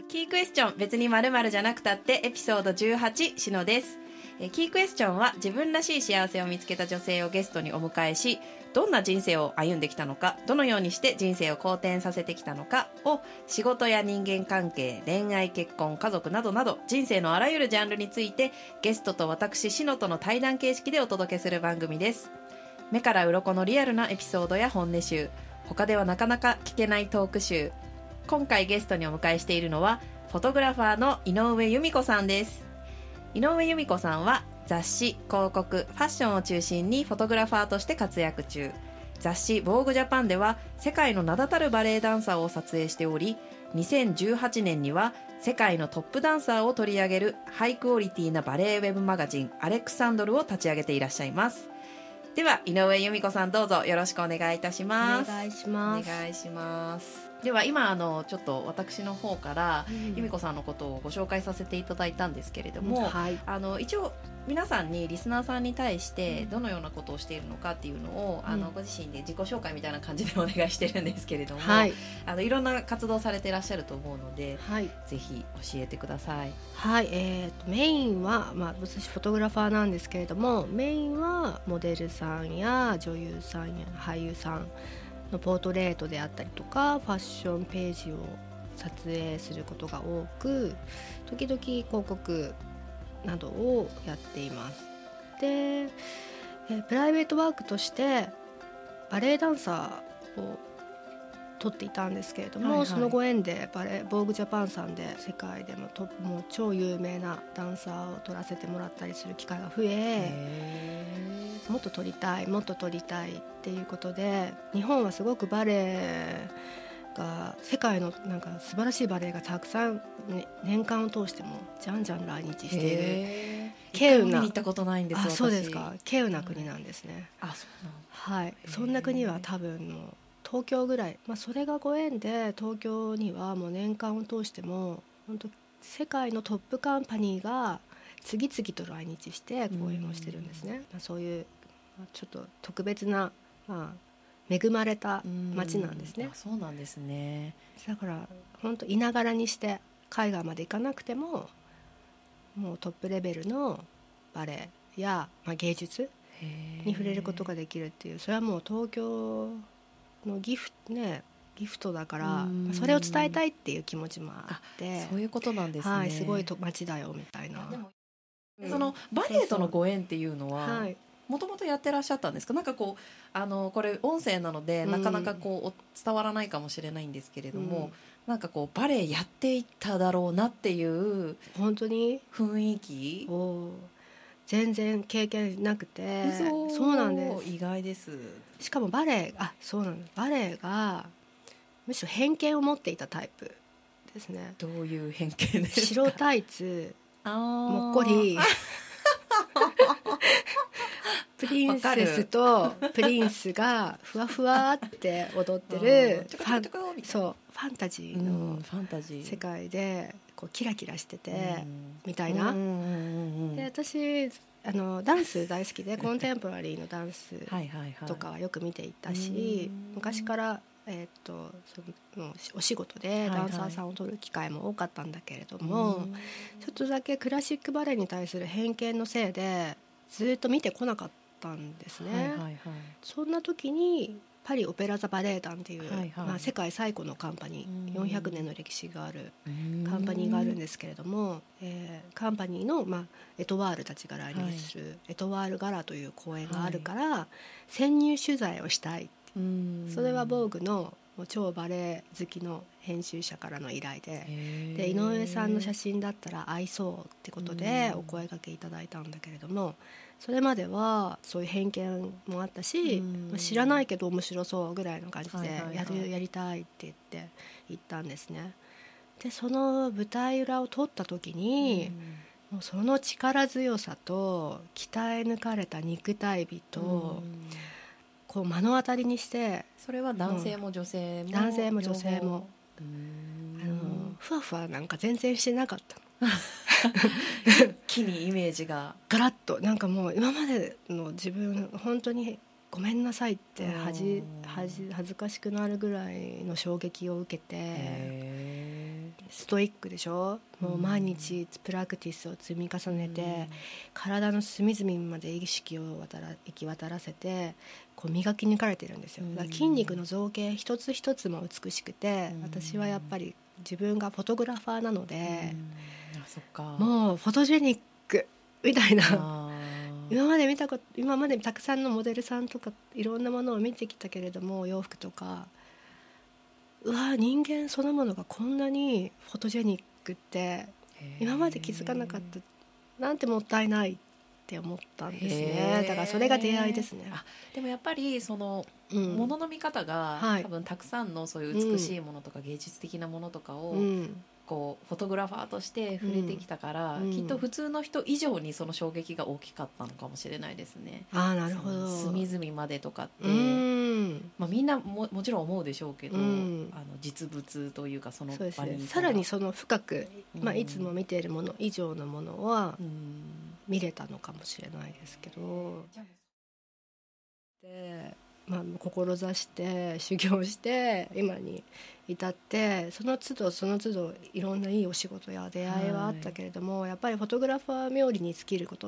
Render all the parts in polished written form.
キークエスチョン別に〇〇じゃなくたってエピソード18しのです。キークエスチョンは自分らしい幸せを見つけた女性をゲストにお迎えし、どんな人生を歩んできたのか、どのようにして人生を好転させてきたのかを仕事や人間関係、恋愛、結婚、家族などなど人生のあらゆるジャンルについてゲストと私しのとの対談形式でお届けする番組です。目から鱗のリアルなエピソードや本音集、他ではなかなか聞けないトーク集。今回ゲストにお迎えしているのはフォトグラファーの井上由美子さんです。井上由美子さんは雑誌、広告、ファッションを中心にフォトグラファーとして活躍中。雑誌「ヴォーグジャパン」では世界の名だたるバレエダンサーを撮影しており、2018年には世界のトップダンサーを取り上げるハイクオリティなバレエウェブマガジン「アレクサンドル」を立ち上げていらっしゃいます。では井上由美子さん、どうぞよろしくお願いいたします。 お願いします。 お願いします。では今ちょっと私の方から由美子さんのことをご紹介させていただいたんですけれども、 はい、 一応皆さんにリスナーさんに対してどのようなことをしているのかっていうのを、ご自身で自己紹介みたいな感じでお願いしてるんですけれども、 はい、 いろんな活動されていらっしゃると思うので、 はい、 ぜひ教えてください。 はい、メインは、私フォトグラファーなんですけれども、メインはモデルさんや女優さんや俳優さんのポートレートであったりとか、ファッションページを撮影することが多く、時々広告などをやっています。で、プライベートワークとしてバレエダンサーを撮っていたんですけれども、はいはい、そのご縁でヴォーグジャパンさんで世界でももう超有名なダンサーを撮らせてもらったりする機会が増え、もっと撮りたいっていうことで、日本はすごくバレエが世界のなんか素晴らしいバレエがたくさん、年間を通してもじゃんじゃん来日している稀有な、見に行ったことないんです。 あ、そうですか。稀有な国なんですね。 あ、そうなんだ。 はい、そんな国は多分もう東京ぐらい、それがご縁で東京にはもう年間を通しても本当世界のトップカンパニーが次々と来日して公演をしてるんですね。そういうちょっと特別な、恵まれた街なんですね。 そうなんですね。 だから本当いながらにして海外まで行かなくてももうトップレベルのバレエや、芸術に触れることができるっていう、それはもう東京のギフトだから、それを伝えたいっていう気持ちもあって、 そういうことなんですね。 はい、すごい街だよみたいな。 そのバレエとのご縁っていうのはもともとやってらっしゃったんですか？なんかこうこれ音声なのでなかなかこう伝わらないかもしれないんですけれども、なんかこうバレエやっていっただろうなっていう本当に雰囲気全然経験なくて。そうなんです。 意外です。 しかもバレエがむしろ偏見を持っていたタイプですね。 どういう偏見ですか？ 白タイツ、もっこりプリンセスとプリンスがふわふわって踊ってるファンタジーの世界でこうキラキラしててみたいな。で、私ダンス大好きでコンテンポラリーのダンスとかはよく見ていたし、昔からそのお仕事でダンサーさんを撮る機会も多かったんだけれども、ちょっとだけクラシックバレエに対する偏見のせいでずっと見てこなかったんですね。そんな時にパリオペラ座バレエ団っていう、世界最古のカンパニー、400年の歴史があるカンパニーがあるんですけれども、カンパニーの、エトワールたちが来日する、エトワールガラという公演があるから、潜入取材をしたい。それはボーグの超バレエ好きの編集者からの依頼で、井上さんの写真だったら合いそうってことでお声掛けいただいたんだけれども、それまではそういう偏見もあったし、知らないけど面白そうぐらいの感じでやりたいって言って行ったんですね。で、その舞台裏を撮った時に、もうその力強さと鍛え抜かれた肉体美と、こう目の当たりにして。 それは男性も女性も？ 男性も女性も。ふわふわなんか全然してなかった一気にイメージがガラッと、なんかもう今までの自分本当にごめんなさいって恥ずかしくなるぐらいの衝撃を受けて、 ストイックでしょ。もう毎日プラクティスを積み重ねて、体の隅々まで意識を行き渡らせてこう磨き抜かれてるんですよ。だから筋肉の造形一つ一つも美しくて、私はやっぱり自分がフォトグラファーなので、 そっか、 もうフォトジェニックみたいな今までたくさんのモデルさんとかいろんなものを見てきたけれども、洋服とか、うわ人間そのものがこんなにフォトジェニックって今まで気づかなかった、なんてもったいないって思ったんですね。だからそれが出会いですね。 でもやっぱりそのものの見方が、多分たくさんのそういう美しいものとか芸術的なものとかを、こうフォトグラファーとして触れてきたから、きっと普通の人以上にその衝撃が大きかったのかもしれないですね。 なるほど。 隅々までとかって、みんな もちろん思うでしょうけど、実物というかその場にさらにその深く、いつも見ているもの以上のものは見れたのかもしれないですけど、で志して修行して今に至って、その都度その都度いろんないいお仕事や出会いはあったけれども、やっぱりフォトグラファー冥利に尽きることって、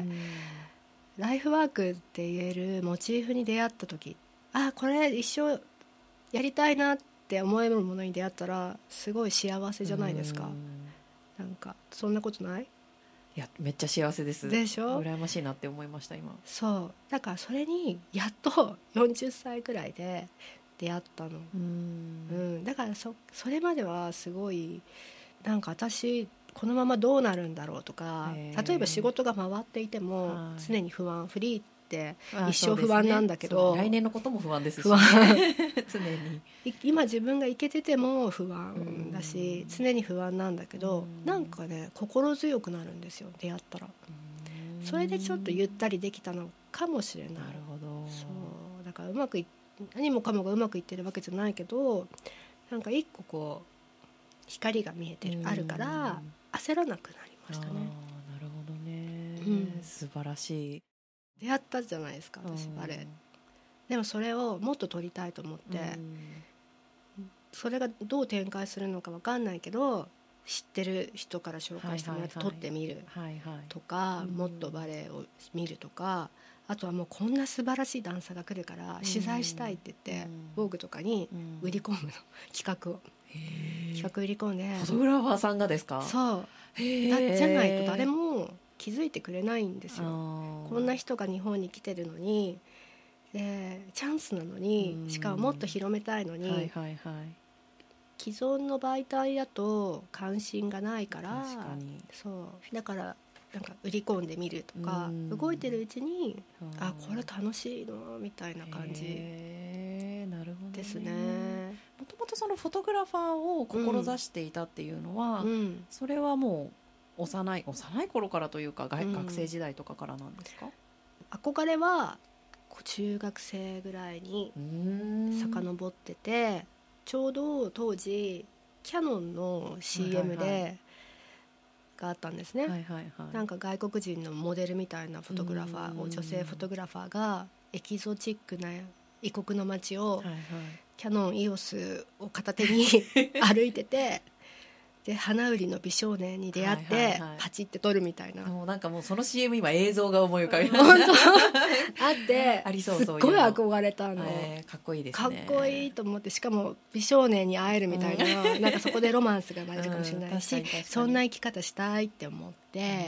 ライフワークって言えるモチーフに出会った時、これ一生やりたいなって思えるものに出会ったらすごい幸せじゃないですか。なんかそんなことない？ いやめっちゃ幸せです。 でしょ？ 羨ましいなって思いました今。 そうだからそれにやっと40歳くらいで出会ったの。だからそれまではすごいなんか私このままどうなるんだろうとか、例えば仕事が回っていても常に不安、フリーって一生不安なんだけど、 来年のことも不安ですし、 不安常に今自分がイケてても不安だし、常に不安なんだけど、なんかね心強くなるんですよ、出会ったら。それでちょっとゆったりできたのかもしれない。 なるほど。 そうだから何もかもがうまくいってるわけじゃないけど、なんか一個こう光が見えてあるから焦らなくなりましたね。 なるほどね、素晴らしい。 出会ったじゃないですか私バレエ。でもそれをもっと撮りたいと思って、それがどう展開するのか分かんないけど、知ってる人から紹介してもらって撮ってみるとか、もっとバレエを見るとか、あとはもうこんな素晴らしいダンサーが来るから取材したいって言って、ボーグとかに売り込むの、企画売り込んで。 フォトグラファーさんがですか？ そうじゃないと誰も気づいてくれないんですよ。こんな人が日本に来てるのに、チャンスなのに、しかももっと広めたいのに、既存の媒体だと関心がないから、そうだからなんか売り込んでみるとか、動いてるうちにこれ楽しいのみたいな感じですね。 もともとそのフォトグラファーを志していたっていうのは、それはもう幼い頃からというか、学生時代とかからなんですか？ 憧れは中学生ぐらいに遡ってて、ちょうど当時キヤノンの CM があったんですね。なんか外国人のモデルみたいなフォトグラファー、女性フォトグラファーがエキゾチックな異国の街をキヤノン EOS を片手に歩いてて、で花売りの美少年に出会ってパチって撮るみたいな、 なんかもうその CM 今映像が思い浮かびます。あってありそう、 すっごい憧れたの。 かっこいいですね。 かっこいいと思って、しかも美少年に会えるみたいな、なんかそこでロマンスが生まれるかもしれないし、そんな生き方したいって思って、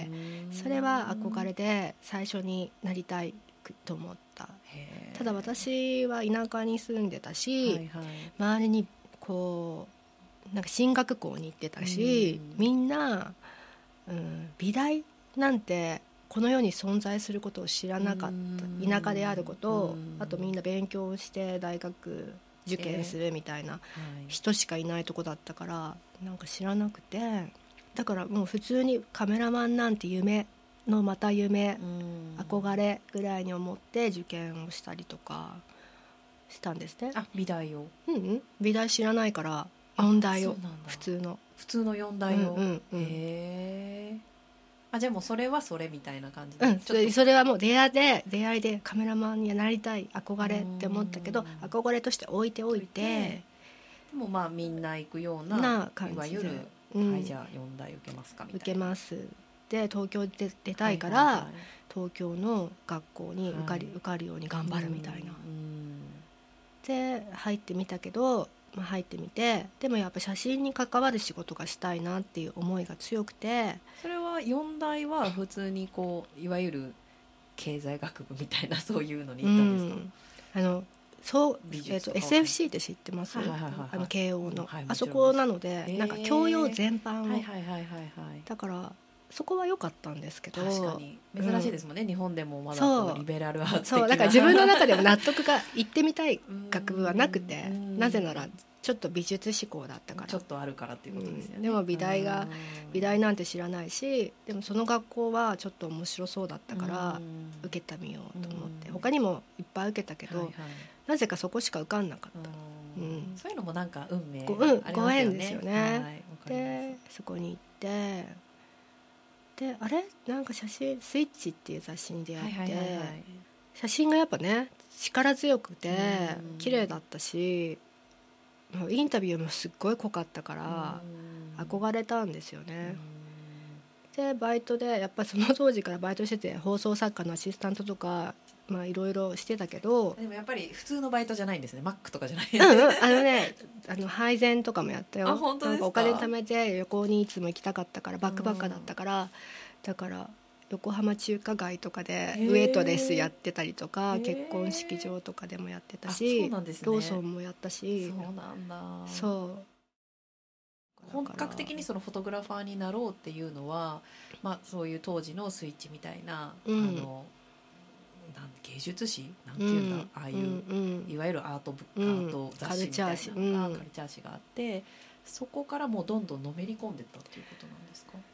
それは憧れで最初になりたいと思った。ただ私は田舎に住んでたし、周りにこうなんか進学校に行ってたし、みんな、美大なんてこの世に存在することを知らなかった。田舎であること、あとみんな勉強して大学受験するみたいな人しかいないとこだったから、なんか知らなくて、だからもう普通にカメラマンなんて夢のまた夢、憧れぐらいに思って受験をしたりとかしたんですね。 美大を？ 美大知らないから4大を、普通の 4大を、じゃあもうそれはそれみたいな感じで、それはもう出会いでカメラマンになりたい、憧れって思ったけど、憧れとして置いておいて、 でもまあみんな行くような感じで、いわゆるはいじゃあ4大受けますかみたいな。 受けますで東京で出たいから、はいはいはい、東京の学校に受かるように頑張るみたいな、で入ってみたけど、入ってみてでもやっぱ写真に関わる仕事がしたいなっていう思いが強くて、 それは4大は普通にこういわゆる経済学部みたいなそういうのに行ったんですか？ そう、SFC って知ってます？慶応の、あそこなので、なんか教養全般を、だからそこは良かったんですけど、 確かに珍しいですもんね、日本でもまだこうリベラルアーツ的な、 そうだから自分の中でも納得が行ってみたい学部はなくてなぜならちょっと美術志向だったから、 ちょっとあるからっていうことですよね、 でも美大なんて知らないし、でもその学校はちょっと面白そうだったから受けてみようと思って、他にもいっぱい受けたけど、なぜかそこしか受かんなかった、 そういうのもなんか運命ありますよね、 ご縁ですよね、でそこに行ってであれなんか写真スイッチっていう雑誌に出会って、写真がやっぱね力強くて綺麗だったし、インタビューもすっごい濃かったから憧れたんですよね。でバイトでやっぱその当時からバイトしてて放送作家のアシスタントとかいろいろしてたけど、 でもやっぱり普通のバイトじゃないんですね、マックとかじゃない、 配膳とかもやったよ。 本当ですか？ なんかお金貯めて旅行にいつも行きたかったからバックパッカーだったから、だから横浜中華街とかでウエイトレスやってたりとか、結婚式場とかでもやってたし、 そうなんですね、 ローソンもやったし、 そうなんだ。 そう本格的にそのフォトグラファーになろうっていうのは、そういう当時のスイッチみたいな、芸術誌なんていうんだ、ああいう、いわゆるアート雑誌みたいなのがカルチャー誌があって、そこからもうどんどんのめり込んでったっていうことなんですか？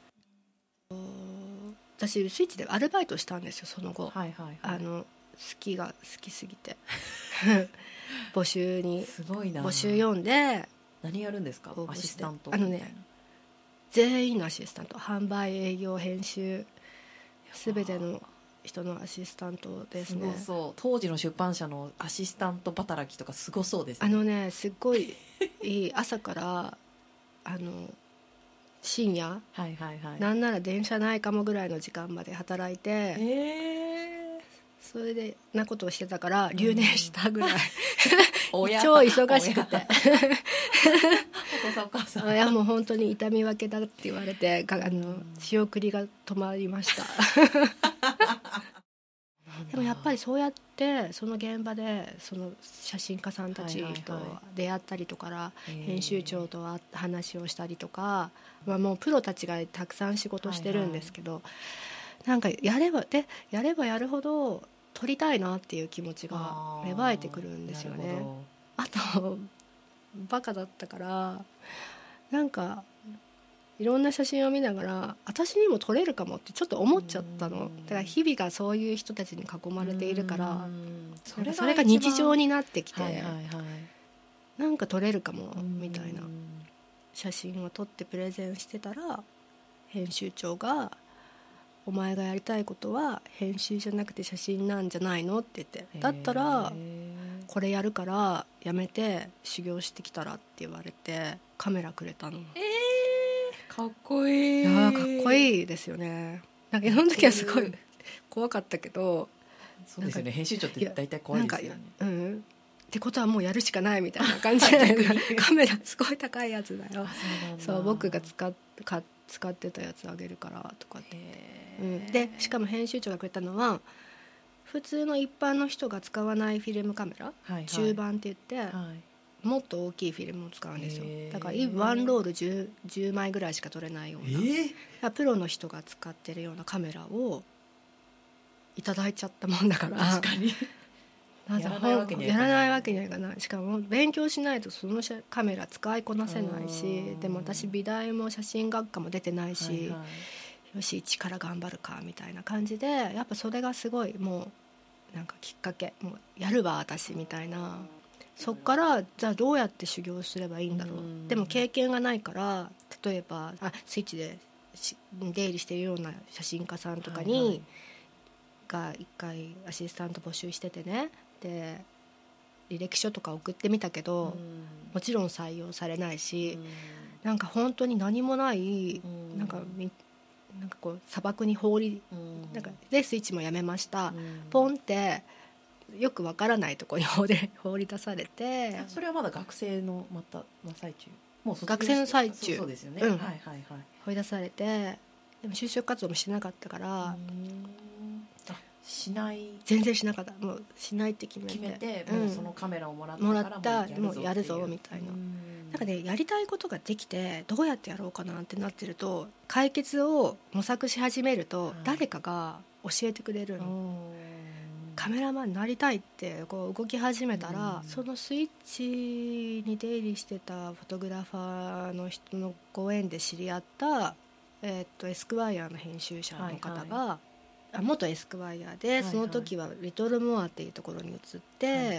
私スイッチでアルバイトしたんですよ、その後。好きすぎて募集読んで。 何やるんですか？アシスタント全員のアシスタント、販売、営業、編集、すべての人のアシスタントですね。 当時の出版社のアシスタント働きとかすごそうですね。 すっごいいい朝から深夜、なんなら電車ないかもぐらいの時間まで働いて、それでなことをしてたから留年したぐらい超忙しくていやもう本当に痛み分けだって言われて仕送りが止まりましたでもやっぱりそうやってその現場でその写真家さんたちと出会ったりとか、編集長と話をしたりとか、もうプロたちがたくさん仕事してるんですけど、なんかやればやるほど撮りたいなっていう気持ちが芽生えてくるんですよね。あとバカだったからなんかいろんな写真を見ながら私にも撮れるかもってちょっと思っちゃったの。だから日々がそういう人たちに囲まれているからそれが日常になってきて、なんか撮れるかもみたいな写真を撮ってプレゼンしてたら、編集長がお前がやりたいことは編集じゃなくて写真なんじゃないのって言って、だったらこれやるからやめて修行してきたらって言われてカメラくれたの。 かっこいい。 いやかっこいいですよね。なんかその時はすごい怖かったけど、 そうですよね、編集長って大体怖いですよね。 ってことはもうやるしかないみたいな感じでカメラすごい高いやつだよ、そう僕が使ってたやつあげるからとかって、でしかも編集長がくれたのは普通の一般の人が使わないフィルムカメラ、中盤って言って、もっと大きいフィルムを使うんですよ。だからワンロール 10枚ぐらいしか撮れないような、プロの人が使ってるようなカメラをいただいちゃったもんだから、 確かにやらないわけにはいかない。 しかも勉強しないとそのカメラ使いこなせないし、でも私美大も写真学科も出てないし、よし一から頑張るかみたいな感じで、やっぱそれがすごいもうなんかきっかけ、もうやるわ私みたいな。そっからじゃあどうやって修行すればいいんだろう、でも経験がないから、例えばスイッチで出入りしているような写真家さんとかに、が1回アシスタント募集しててね、で履歴書とか送ってみたけど、もちろん採用されないし、なんか本当に何もない、なんかこう砂漠になんかでスイッチもやめました、ポンってよくわからないところに放り出されて。 それはまだ学生の真最中、もう学生の最中。 そうですよね、 放り出されて、でも就職活動もしてなかったから、全然しなかった。もうしないって決めて、 もうそのカメラをもらったもうやるぞみたいな。なんかね、やりたいことができてどうやってやろうかなってなってると、解決を模索し始めると誰かが教えてくれるの。カメラマンになりたいってこう動き始めたら、そのスイッチに出入りしてたフォトグラファーの人のご縁で知り合った、エスクワイヤーの編集者の方が、元エスクワイヤーで、その時はリトルモアっていうところに移って、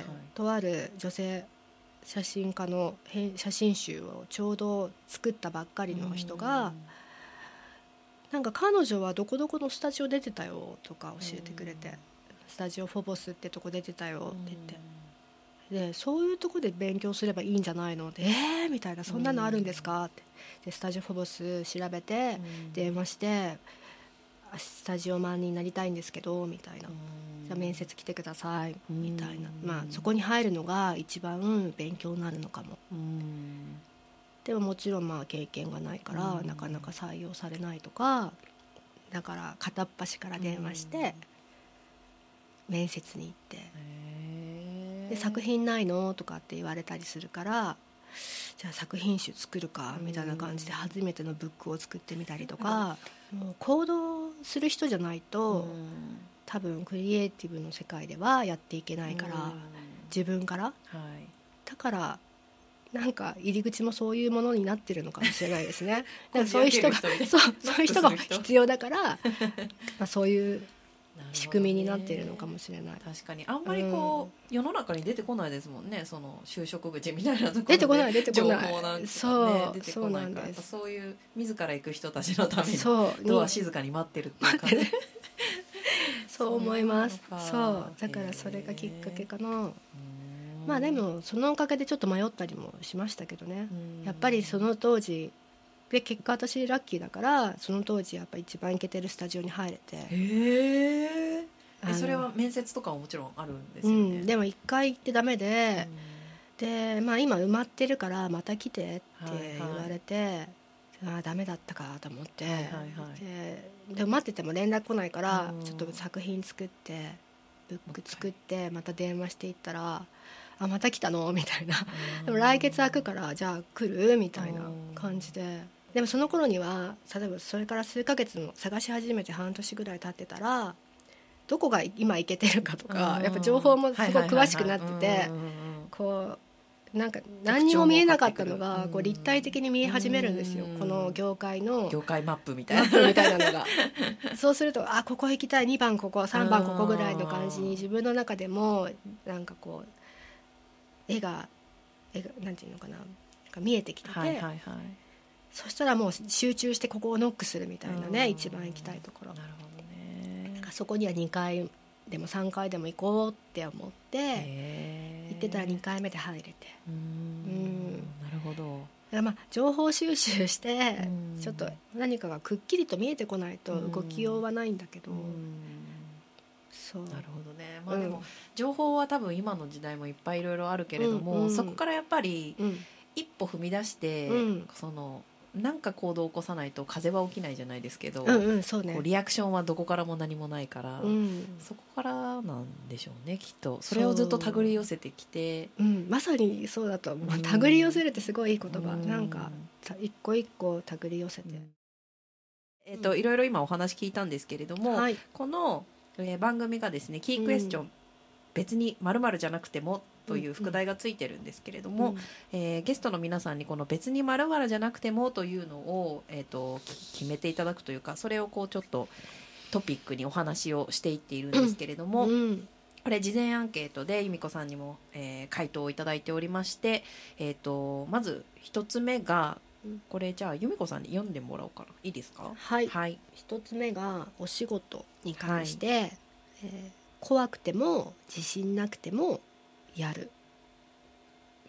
とある女性写真家の写真集をちょうど作ったばっかりの人が、なんか彼女はどこどこのスタジオ出てたよとか教えてくれて、スタジオフォボスってとこ出てたよって言って、でそういうとこで勉強すればいいんじゃないのって、みたいな、そんなのあるんですかって。でスタジオフォボス調べて電話して、スタジオマンになりたいんですけどみたいな、じゃあ面接来てくださいみたいな、まあそこに入るのが一番勉強になるのかも。でももちろんまあ経験がないからなかなか採用されないとか、だから片っ端から電話して面接に行って、で作品ないのとかって言われたりするから、じゃあ作品集作るかみたいな感じで初めてのブックを作ってみたりとか、もう行動する人じゃないと多分クリエイティブの世界ではやっていけないから、自分から、だからなんか入り口もそういうものになってるのかもしれないですね。だからそういう人がそういう人が必要だから、まあそういう仕組みになっているのかもしれない。 確かにあんまりこう、世の中に出てこないですもんね、その就職口みたいなところで出てこない情報なんかね、 そう出てこないから、そういう自ら行く人たちのためにドア静かに待ってるっていうかねそう思います。そうだからそれがきっかけかな。まあでもそのおかげでちょっと迷ったりもしましたけどね。やっぱりその当時で、結果私ラッキーだから、その当時やっぱ一番イケてるスタジオに入れて。 それは面接とかももちろんあるんですよね。 でも1回行ってダメで、で、まあ、今埋まってるからまた来てって言われて、ダメだったかと思って、でも待ってても連絡来ないから、ちょっと作品作ってブック作ってまた電話していったら、また来たのみたいなでも来月開くからじゃあ来るみたいな感じで。でもその頃には例えばそれから数ヶ月の探し始めて半年ぐらい経ってたら、どこが今いけてるかとか、やっぱ情報もすごい詳しくなってて、こうなんか何にも見えなかったのがこう立体的に見え始めるんですよ、この業界マップみたいなのがそうすると、ここ行きたい、2番ここ、3番ここぐらいの感じに自分の中でもなんかこう絵がなんていうのかな、なんか見えてきてて、そしたらもう集中してここをノックするみたいなね、一番行きたいところ。 なるほどね。 なんかそこには2回でも3回でも行こうって思って行ってたら2回目で入れて。 なるほど。 だからまあ情報収集してちょっと何かがくっきりと見えてこないと動きようはないんだけど、そうなるほどね。まあでも情報は多分今の時代もいっぱいいろいろあるけれども、そこからやっぱり一歩踏み出して、そのなんか行動を起こさないと風は起きないじゃないですけど、 そうね、 こうリアクションはどこからも何もないから、そこからなんでしょうね、きっと。それをずっと手繰り寄せてきて、 まさにそうだと思う。手繰り寄せるってすごいいい言葉、なんか一個一個手繰り寄せて、 いろいろ今お話聞いたんですけれども、この、番組がですね、キークエスチョン、別に〇〇じゃなくてもという副題がついてるんですけれども、ゲストの皆さんにこの別に〇〇じゃなくてもというのを、決めていただくというか、それをこうちょっとトピックにお話をしていっているんですけれども、これ事前アンケートで由美子さんにも、回答をいただいておりまして、まず一つ目がこれ、じゃあ由美子さんに読んでもらおうかな。いいですか？ はい、一つ目がお仕事に関して、怖くても自信なくてもやる。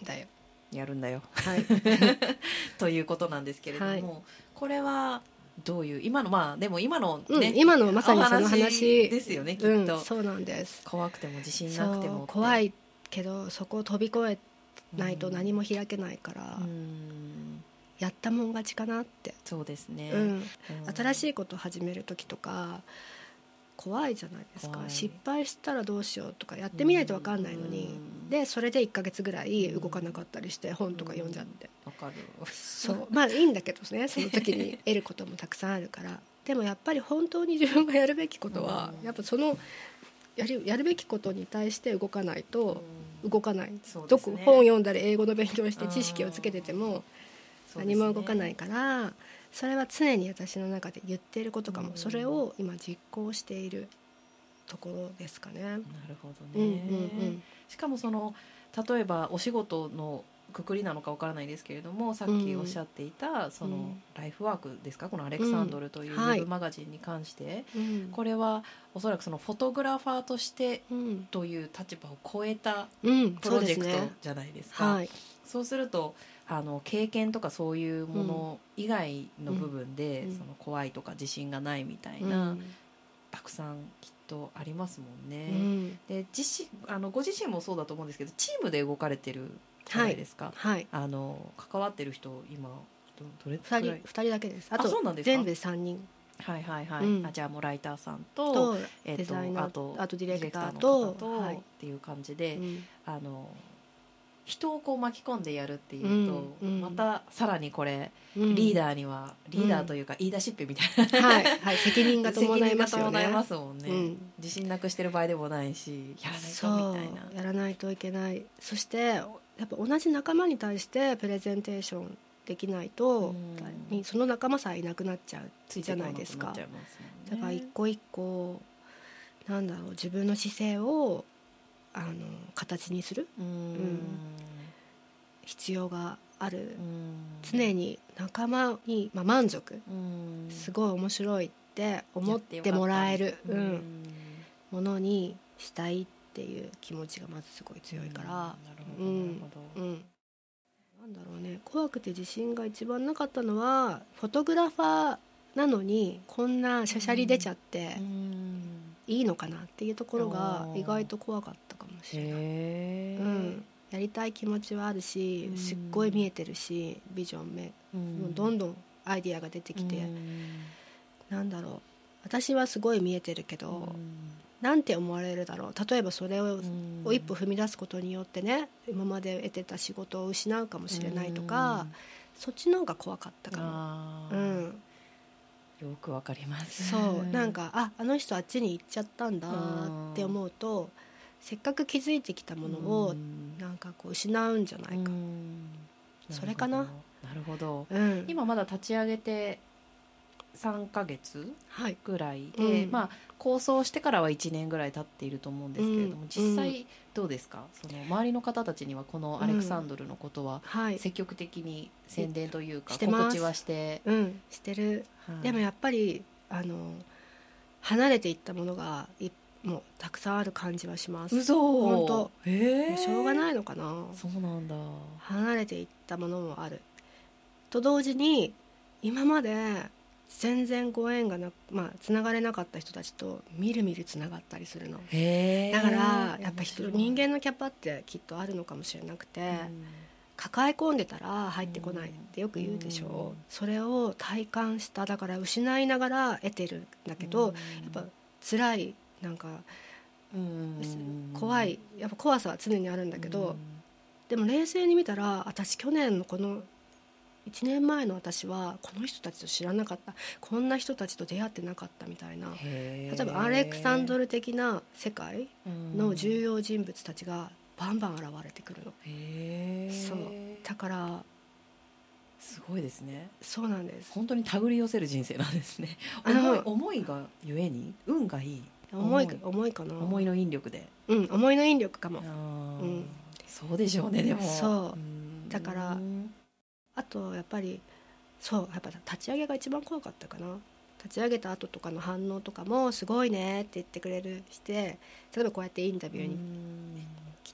だよ。 やるんだよ、 はい、 ということなんですけれども、はい、これはどういう今のでも今のね、 今のまさにその話ですよね、きっと。 そうなんです。 怖くても自信なくても怖いけどそこを飛び越えないと何も開けないから、やったもん勝ちかなって。 そうですね、 新しいことを始める時とか怖いじゃないですか。失敗したらどうしようとかやってみないと分かんないのに、でそれで1ヶ月ぐらい動かなかったりして本とか読んじゃって、 わかる。 そういいんだけどね、その時に得ることもたくさんあるからでもやっぱり本当に自分がやるべきことは、やっぱそのやるべきことに対して動かないと動かない、本読んだり英語の勉強して知識をつけてても何も動かないから、それは常に私の中で言っていることかも、それを今実行しているところですかね。なるほどね、しかも例えばお仕事のくくりなのかわからないですけれども、さっきおっしゃっていたそのライフワークですか、このアレクサンドルというウェブマガジンに関して、これはおそらくそのフォトグラファーとしてという立場を超えたプロジェクトじゃないですか。そうすると経験とかそういうもの以外の部分で、その怖いとか自信がないみたいな、たくさんきっとありますもんね。でご自身もそうだと思うんですけど、チームで動かれてるじゃないですか。関わってる人今どれくらい 2人だけです。あと全部で3人。 じゃあもうライターさんとデザイナー、あとディレクターとっていう感じで、人を巻き込んでやるっていうと、またさらにこれ、リーダーにはリーダーというかリーダーシップみたいな、 責任が伴いますよね。 もんね、自信なくしてる場合でもないし、やらないとみたいな、 やらないといけない。そしてやっぱ同じ仲間に対してプレゼンテーションできないと、その仲間さえいなくなっちゃうじゃないですか。だから一個一個自分の姿勢を形にする必要がある。常に仲間に、満足、すごい面白いって思ってもらえるものにしたいっていう気持ちがまずすごい強いから。怖くて自信が一番なかったのは、フォトグラファーなのにこんなしゃしゃり出ちゃっていいのかなっていうところが意外と怖かったかもしれない。やりたい気持ちはあるし、すっごい見えてるし、ビジョンもうどんどんアイディアが出てきて、私はすごい見えてるけど、なんて思われるだろう。例えばそれを一歩踏み出すことによってね、今まで得てた仕事を失うかもしれないとか、そっちの方が怖かったかも。 よくわかります。 そう、あの人あっちに行っちゃったんだって思うと、せっかく気づいてきたものを失うんじゃないか。それかな。 なるほど。今まだ立ち上げて3ヶ月ぐらいで、構想してからは1年ぐらい経っていると思うんですけれども、実際どうですか、その周りの方たちにはこのアレクサンドルのことは積極的に宣伝というか告知はしてる。でもやっぱり離れていったものがもうたくさんある感じはします。本当、もうしょうがないのかな。 そうなんだ。 離れていったものもあると同時に、今まで全然ご縁がつながれなかった人たちとみるみるつながったりするの。だからやっぱ人間のキャパってきっとあるのかもしれなくて、抱え込んでたら入ってこないってよく言うでしょ。それを体感した。だから失いながら得てるんだけど、やっぱ辛い、怖い、やっぱ怖さは常にあるんだけど、でも冷静に見たら、私去年のこの1年前の私はこの人たちと知らなかった、こんな人たちと出会ってなかったみたいな。例えばアレクサンドル的な世界の重要人物たちがバンバン現れてくるの。そうだからすごいですね。 そうなんです。 本当に手繰り寄せる人生なんですね。思いがゆえに運がいい。 思いかな。 思いの引力で。 思いの引力かも。 そうでしょうね。でもそうだから、あとやっぱり立ち上げが一番怖かったかな。立ち上げた後とかの反応とかもすごいねって言ってくれるして、例えばこうやってインタビューに来て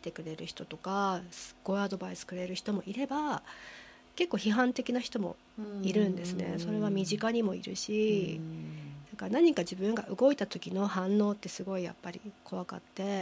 てくれる人とかすごいアドバイスくれる人もいれば、結構批判的な人もいるんですね。それは身近にもいるし、だから何か自分が動いた時の反応ってすごいやっぱり怖かって、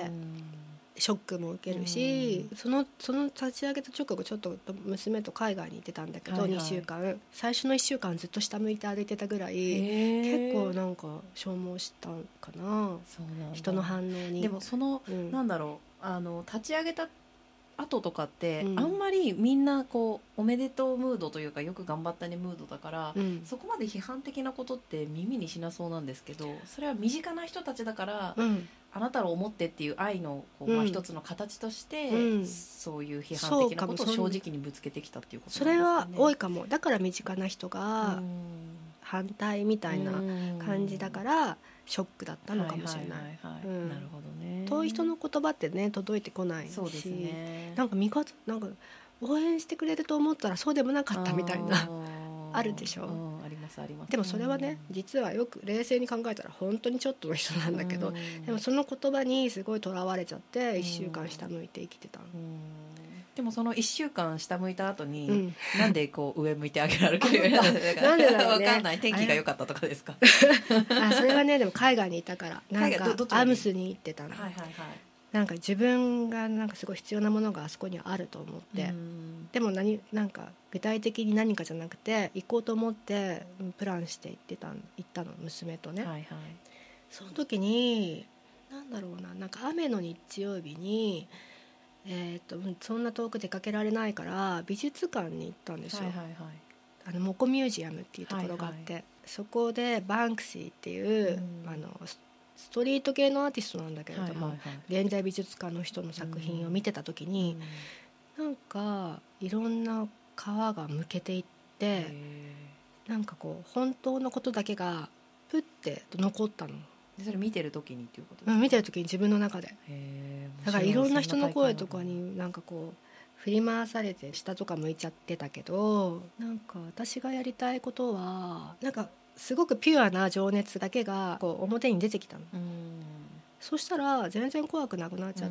ショックも受けるし、その立ち上げた直後ちょっと娘と海外に行ってたんだけど、2週間最初の1週間ずっと下向いて歩いてたぐらい結構なんか消耗したんかな。 そうなんだ。 人の反応に。 でもなんだろう、立ち上げた後とかって、あんまりみんなこうおめでとうムードというかよく頑張ったねムードだから、そこまで批判的なことって耳にしなそうなんですけど、それは身近な人たちだから、あなたを思ってっていう愛のこう、一つの形として、そういう批判的なことを正直にぶつけてきたっていうことなんですかね。 それは多いかも。だから身近な人が反対みたいな感じだからショックだったのかもしれない。なるほどね。 遠い人の言葉ってね届いてこないし、 そうですね、 なんかなんか応援してくれると思ったらそうでもなかったみたいなあるでしょ。 ありますあります。 でもそれはね、実はよく冷静に考えたら本当にちょっとの人なんだけど、でもその言葉にすごいとらわれちゃって1週間下向いて生きてた。 でもその1週間下向いた後に、なんでこう上向いてあげられるかなんでだろうね。 分かんない。天気が良かったとかですか。 それはね、でも海外にいたから、なんかアムスに行ってたの。なんか自分がなんかすごい必要なものがあそこにあると思って、でもなんか具体的に何かじゃなくて行こうと思ってプランして行ったの、娘とね。その時になんだろうな、なんか雨の日曜日にそんな遠く出かけられないから美術館に行ったんですよ。モコミュージアムっていうところがあって、そこでバンクシーっていう、ストリート系のアーティストなんだけれども、現代美術館の人の作品を見てた時に、なんかいろんな皮がむけていって、なんかこう本当のことだけがプッて残ったの。 それ見てる時にっていうことですか？ 見てる時に自分の中で。だからいろんな人の声とかになんかこう振り回されて下とか向いちゃってたけど、なんか私がやりたいことはなんかすごくピュアな情熱だけがこう表に出てきたの。そしたら全然怖くなくなっちゃって、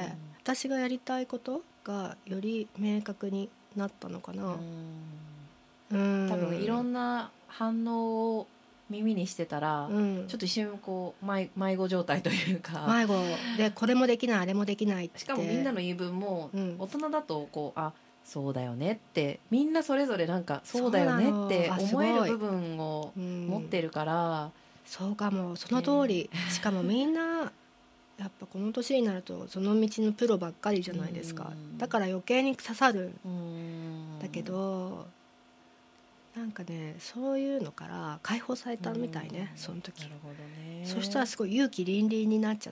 私がやりたいことがより明確になったのかな。 多分いろんな反応を耳にしてたら、ちょっと一瞬こう迷子状態というか、 迷子でこれもできないあれもできないって、 しかもみんなの言い分も大人だとこうそうだよねってみんなそれぞれなんかそうだよねって思える部分を持ってるから、 そうかも、その通り。しかもみんなやっぱこの年になるとその道のプロばっかりじゃないですか。だから余計に刺さるんだけど、なんかね、そういうのから解放されたみたいね、その時。 なるほどね。 そしたらすごい勇気凛々になっちゃって、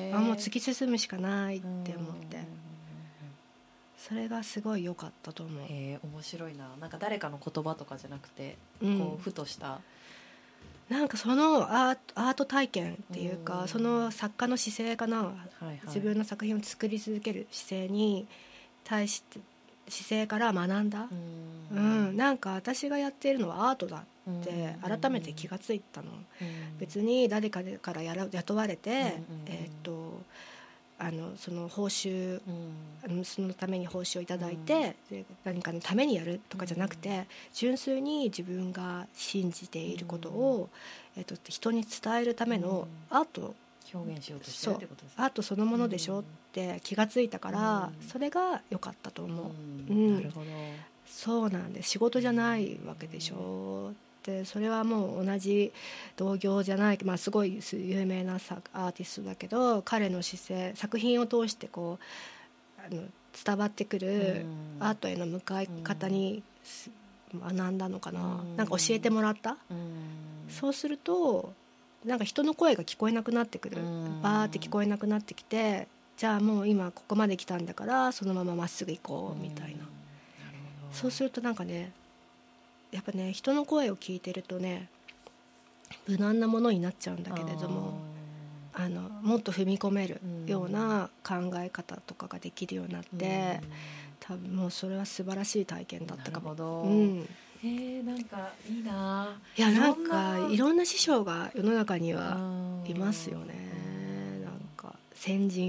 もう突き進むしかないって思って、それがすごい良かったと思う。 面白いな。なんか誰かの言葉とかじゃなくて、こうふとしたなんかそのアート体験っていうか、その作家の姿勢かな、自分の作品を作り続ける姿勢に対して姿勢から学んだ。なんか私がやっているのはアートだって改めて気がついたの。別に誰かから雇われて、その報酬、そのために報酬をいただいて、何かのためにやるとかじゃなくて、純粋に自分が信じていることを、人に伝えるためのアート、 表現しようとしてるってことですね。 アートそのものでしょって気がついたから、それが良かったと思う。 なるほど。 そうなんです。仕事じゃないわけでしょ。でそれはもう同じ同業じゃない、すごい有名なアーティストだけど、彼の姿勢、作品を通してこう伝わってくるアートへの向かい方に学んだのかな。なんか教えてもらった。そうするとなんか人の声が聞こえなくなってくる、バーって聞こえなくなってきて、じゃあもう今ここまで来たんだからそのまままっすぐ行こうみたいな。そうするとなんかね、やっぱね、人の声を聞いてるとね、無難なものになっちゃうんだけれども、もっと踏み込めるような考え方とかができるようになって、多分もうそれは素晴らしい体験だったかも。 なるほど。なんかいいな。 いや、なんかいろんな師匠が世の中にはいますよね。なんか先人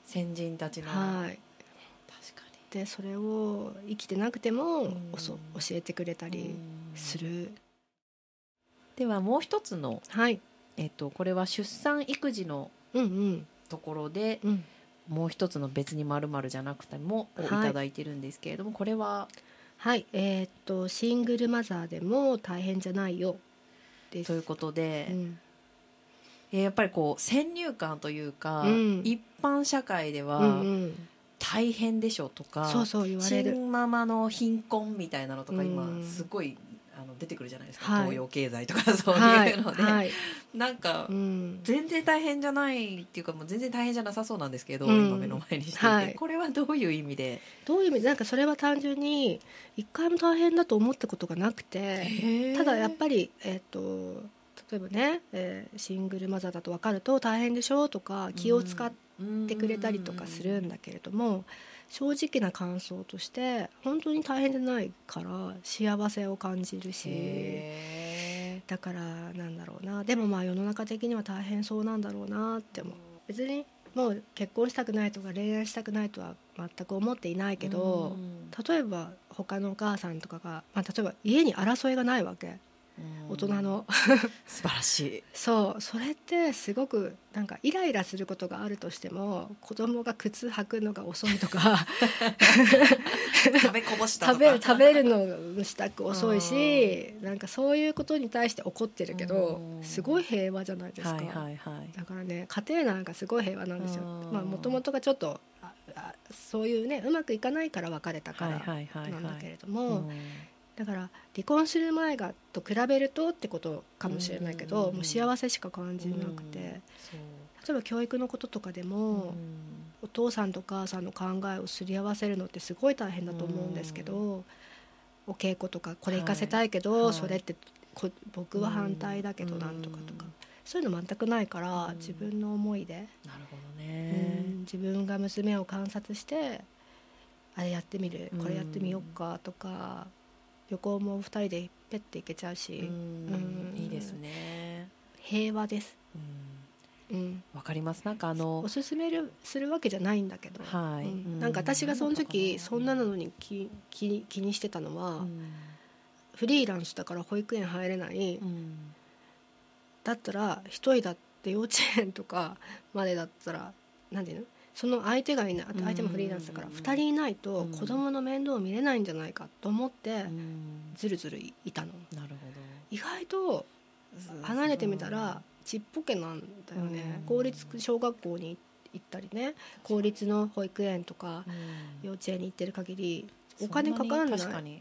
先人たちの、 はい、 確かにでそれを生きてなくても、教えてくれたりする。 ではもう一つの、 はい、 これは出産育児のところで、もう一つの別に〇〇じゃなくてもをいただいてるんですけれども、これははい、シングルマザーでも大変じゃないよです。 ということで、やっぱりこう先入観というか、一般社会では大変でしょとか、 そう言われる。 新ママの貧困みたいなのとか今すごい出てくるじゃないですか、東洋経済とかそういうので、なんか全然大変じゃないっていうか、もう全然大変じゃなさそうなんですけど、今目の前にしていて、これはどういう意味で、 なんかそれは単純に一回も大変だと思ったことがなくて、ただやっぱり例えばね、シングルマザーだと分かると大変でしょとか気を使ってくれたりとかするんだけれども、正直な感想として本当に大変じゃないから幸せを感じるし、だからなんだろうな、でもまあ世の中的には大変そうなんだろうなって思う。別にもう結婚したくないとか恋愛したくないとは全く思っていないけど、例えば他のお母さんとかが、例えば家に争いがないわけ、大人の素晴らしい。 それってすごくなんかイライラすることがあるとしても、子供が靴履くのが遅いとか食べこぼしたとか食べるのの支度遅いし、なんかそういうことに対して怒ってるけど、すごい平和じゃないですか、だからね、家庭なんかすごい平和なんですよ。もともとがちょっとそういうね、うまくいかないから別れたからなんだけれども、だから離婚する前がと比べるとってことかもしれないけど、もう幸せしか感じなくて、例えば教育のこととかでも、お父さんとお母さんの考えをすり合わせるのってすごい大変だと思うんですけど、お稽古とかこれ行かせたいけど、それって僕は反対だけどなんとかとか、そういうの全くないから、自分の思いで、 なるほどね、 自分が娘を観察して、あれやってみる、これやってみようかとか、旅行も2人でペッて行けちゃうし、 いいですね、 平和です。 わかります。なんかおすすめするわけじゃないんだけど、なんか私がその時そんなのに気にしてたのは、フリーランスだから保育園入れない、だったら一人だって幼稚園とかまでだったら、なんていうの、その相手がいない、相手もフリーランスだから2人いないと子供の面倒を見れないんじゃないかと思ってずるずるいたの。 なるほど。 意外と離れてみたらちっぽけなんだよね。公立小学校に行ったりね、公立の保育園とか幼稚園に行ってる限りお金かからない。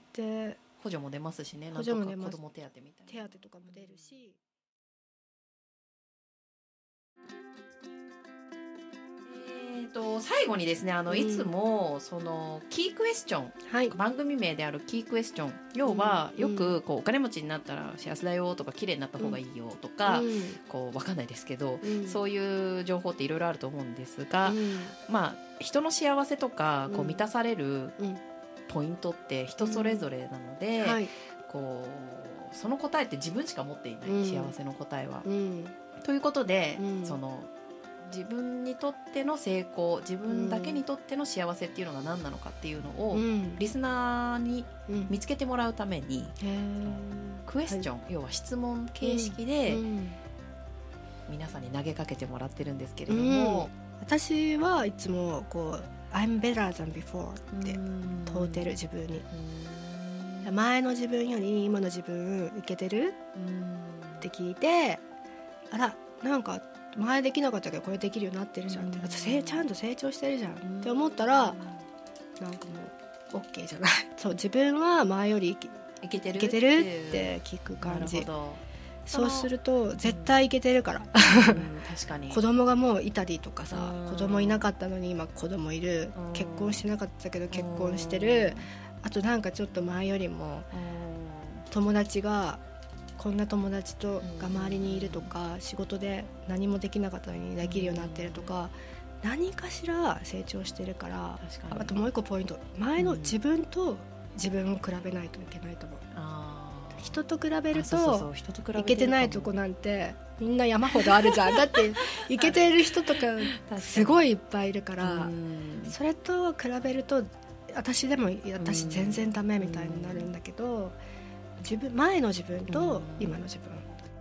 で補助も出ますしね、 補助も出ます。 子ども手当みたいな手当とかも出るし、 最後にですね、いつもそのキークエスチョン、番組名であるキークエスチョン、要はよくこうお金持ちになったら幸せだよとか綺麗になった方がいいよとか、こう分かんないですけど、そういう情報っていろいろあると思うんですが、人の幸せとかこう満たされるポイントって人それぞれなので、こうその答えって自分しか持っていない、幸せの答えは。ということで、その自分にとっての成功、自分だけにとっての幸せっていうのが何なのかっていうのを、リスナーに見つけてもらうために、クエスチョン、要は質問形式で皆さんに投げかけてもらってるんですけれども、 私はいつもこう I'm better than before って問うてる自分に、前の自分より今の自分いけてるって聞いて、あらなんか前できなかったけどこれできるようになってるじゃんって、ちゃんと成長してるじゃんって思ったら、なんかもう OK じゃない。そう、自分は前よりいけてるって聞く感じ。そうすると絶対いけてるから、 確かに子供がもういたりとかさ、子供いなかったのに今子供いる、結婚してなかったけど結婚してる、あとなんかちょっと前よりも友達がこんな友達とが周りにいるとか、仕事で何もできなかったのにできるようになってるとか、何かしら成長してるから。あともう一個ポイント、前の自分と自分を比べないといけないと思う。 人と比べるといけてないとこなんてみんな山ほどあるじゃん。だっていけてる人とかすごいいっぱいいるから、それと比べると私全然ダメみたいになるんだけど、前の自分と今の自分、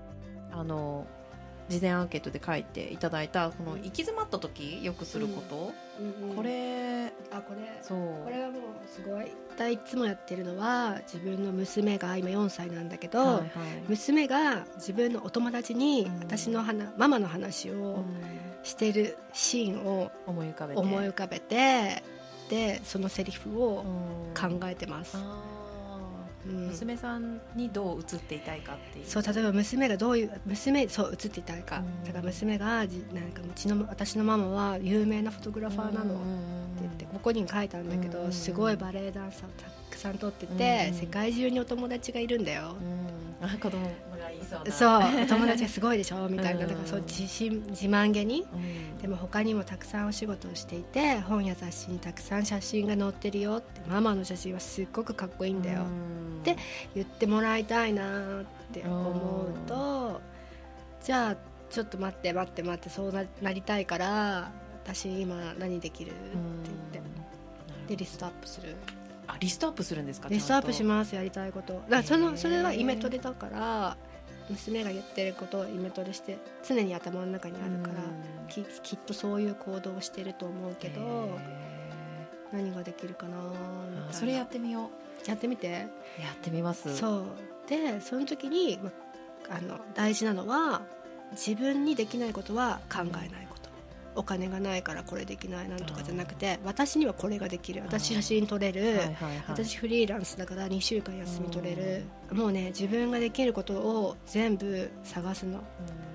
事前アンケートで書いていただいたこの行き詰まった時よくすること、これはもうすごいいつもやってるのは、自分の娘が今4歳なんだけど、娘が自分のお友達に私のママの話をしてるシーンを思い浮かべて、でそのセリフを考えてます。 娘さんにどう映っていたいかっていう、 そう、例えば娘がどういうそう映っていたいか、だから娘がなんか私のママは有名なフォトグラファーなのって言って、ここに書いたんだけど、すごいバレエダンサーをたくさん撮ってて、世界中にお友達がいるんだよ。 子供がいそうな、 そう、お友達がすごいでしょみたいな、だからそう自慢げに、でも他にもたくさんお仕事をしていて、本や雑誌にたくさん写真が載ってるよって、ママの写真はすっごくかっこいいんだよって言ってもらいたいなって思うと、じゃあちょっと待ってそうなりたいから、私今何できるって言って、でリストアップする。 リストアップするんですか？ リストアップします、やりたいこと。だからそれはイメトレだから、娘が言ってることをイメトレして常に頭の中にあるから、きっとそういう行動をしてると思うけど、何ができるかなみたいな。 それやってみよう。 やってみて。やってみます。 そうで、その時に、大事なのは、自分にできないことは考えないこと。お金がないからこれできないなんとかじゃなくて、私にはこれができる、私写真撮れる、私フリーランスだから2週間休み取れる、もうね、自分ができることを全部探すの。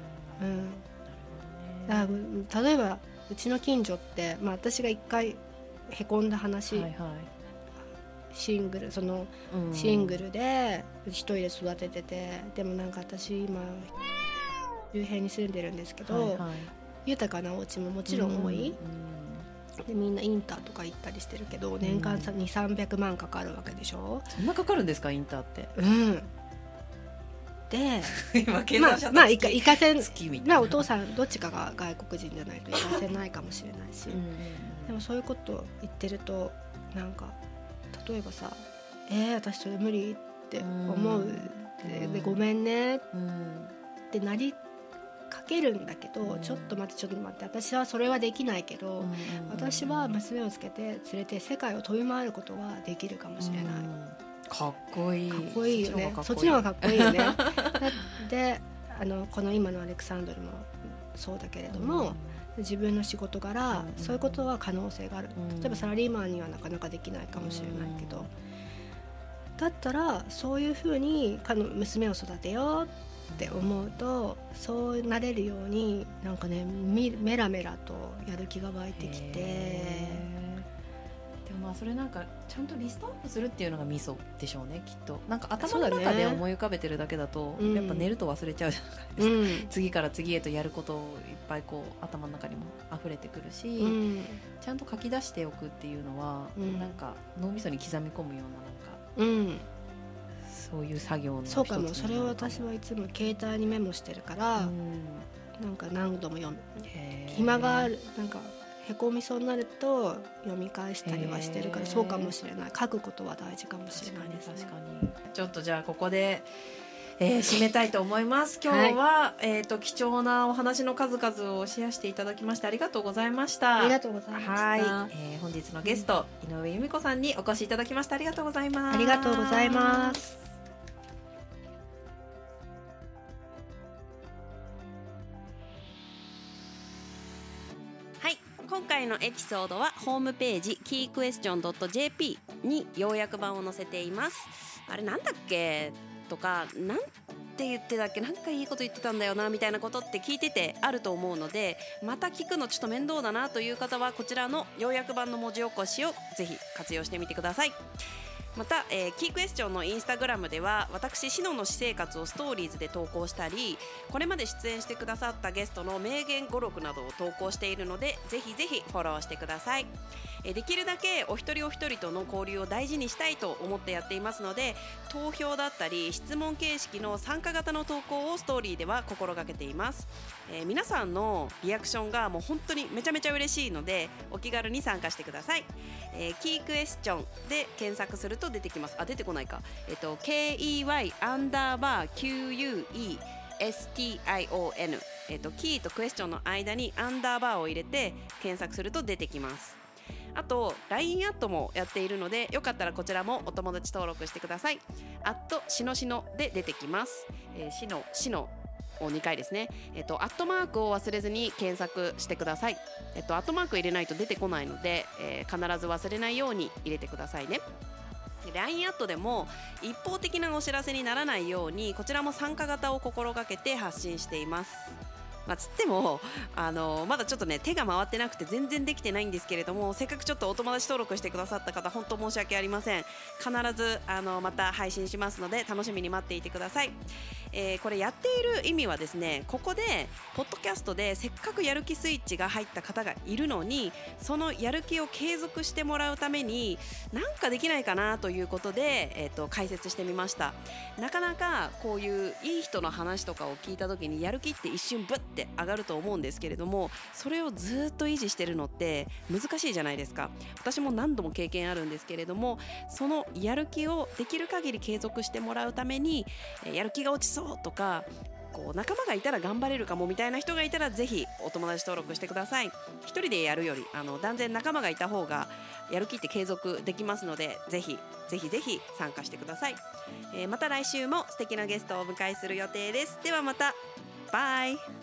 だから例えばうちの近所って、私が一回へこんだ話、シングルで一人で育ててて、でもなんか私今周辺に住んでるんですけど、豊かなお家ももちろん多い、でみんなインターとか行ったりしてるけど、年間200-300万かかるわけでしょ。 そんなかかるんですか、インターって。 で今計算者と行かせん、お父さんどっちかが外国人じゃないと行かせないかもしれないし、でもそういうこと言ってると、なんか例えばさ、私それ無理って思う、でごめんねってなりかけるんだけど、ちょっと待って私はそれはできないけど、私は娘をつけて連れて世界を飛び回ることはできるかもしれない。 かっこいい。 かっこいいよね。そっちの方がかっこいいよね。でこの今のアレクサンドルもそうだけれども、自分の仕事柄、そういうことは可能性がある。例えばサラリーマンにはなかなかできないかもしれないけど、だったらそういうふうに娘を育てようって思うと、そうなれるように、なんかね、メラメラとやる気が湧いてきて。 でもそれなんかちゃんとリストアップするっていうのがミソでしょうね、きっと。なんか頭の中で思い浮かべてるだけだと、やっぱ寝ると忘れちゃうじゃないですか、次から次へとやることをいっぱい頭の中にも溢れてくるし、ちゃんと書き出しておくっていうのは、なんか脳みそに刻み込むような、なんか、そういう作業の一つ。 そうかも。それを私はいつも携帯にメモしてるから、なんか何度も読む。暇がある、なんかへこみそうになると読み返したりはしてるから、そうかもしれない。書くことは大事かもしれないですね。 確かに。ちょっとじゃあここで、締めたいと思います。今日は、貴重なお話の数々をシェアしていただきましてありがとうございました。 ありがとうございました。 本日のゲスト、井上由美子さんにお越しいただきました。ありがとうございます。 ありがとうございます。 今回のエピソードはホームページ keyquestion.jp に要約版を載せています。あれなんだっけとか、なんて言ってたっけ、なんかいいこと言ってたんだよなみたいなことって聞いててあると思うので、また聞くのちょっと面倒だなという方はこちらの要約版の文字起こしをぜひ活用してみてください。 また、キークエスチョンのインスタグラムでは私シノの私生活をストーリーズで投稿したり、これまで出演してくださったゲストの名言語録などを投稿しているので、ぜひぜひフォローしてください。できるだけお一人お一人との交流を大事にしたいと思ってやっていますので、投票だったり質問形式の参加型の投稿をストーリーでは心がけています。皆さんのリアクションがもう本当にめちゃめちゃ嬉しいので、お気軽に参加してください。キークエスチョンで検索すると出てきます。出てこないか。KEY_QUESTION、キーとクエスチョンの間にアンダーバーを入れて検索すると出てきます。あと LINE アットもやっているので、よかったらこちらもお友達登録してください。しのしので出てきます。しのを2回ですね。アットマークを忘れずに検索してください。アットマーク入れないと出てこないので、必ず忘れないように入れてくださいね。LINE アットでも一方的なお知らせにならないように、こちらも参加型を心がけて発信しています。つってもまだちょっとね手が回ってなくて全然できてないんですけれども、せっかくちょっとお友達登録してくださった方、本当申し訳ありません。必ずまた配信しますので楽しみに待っていてください。これやっている意味はですね、ここでポッドキャストでせっかくやる気スイッチが入った方がいるのに、そのやる気を継続してもらうためになんかできないかなということで、解説してみました。なかなかこういういい人の話とかを聞いた時にやる気って一瞬ブッて上がると思うんですけれども、それをずっと維持してるのって難しいじゃないですか。私も何度も経験あるんですけれども、そのやる気をできる限り継続してもらうために、やる気が落ちそうとか、仲間がいたら頑張れるかもみたいな人がいたら、ぜひお友達登録してください。一人でやるより断然仲間がいた方がやる気って継続できますので、ぜひ参加してください。また来週も素敵なゲストをお迎えする予定です。ではまた、バイ。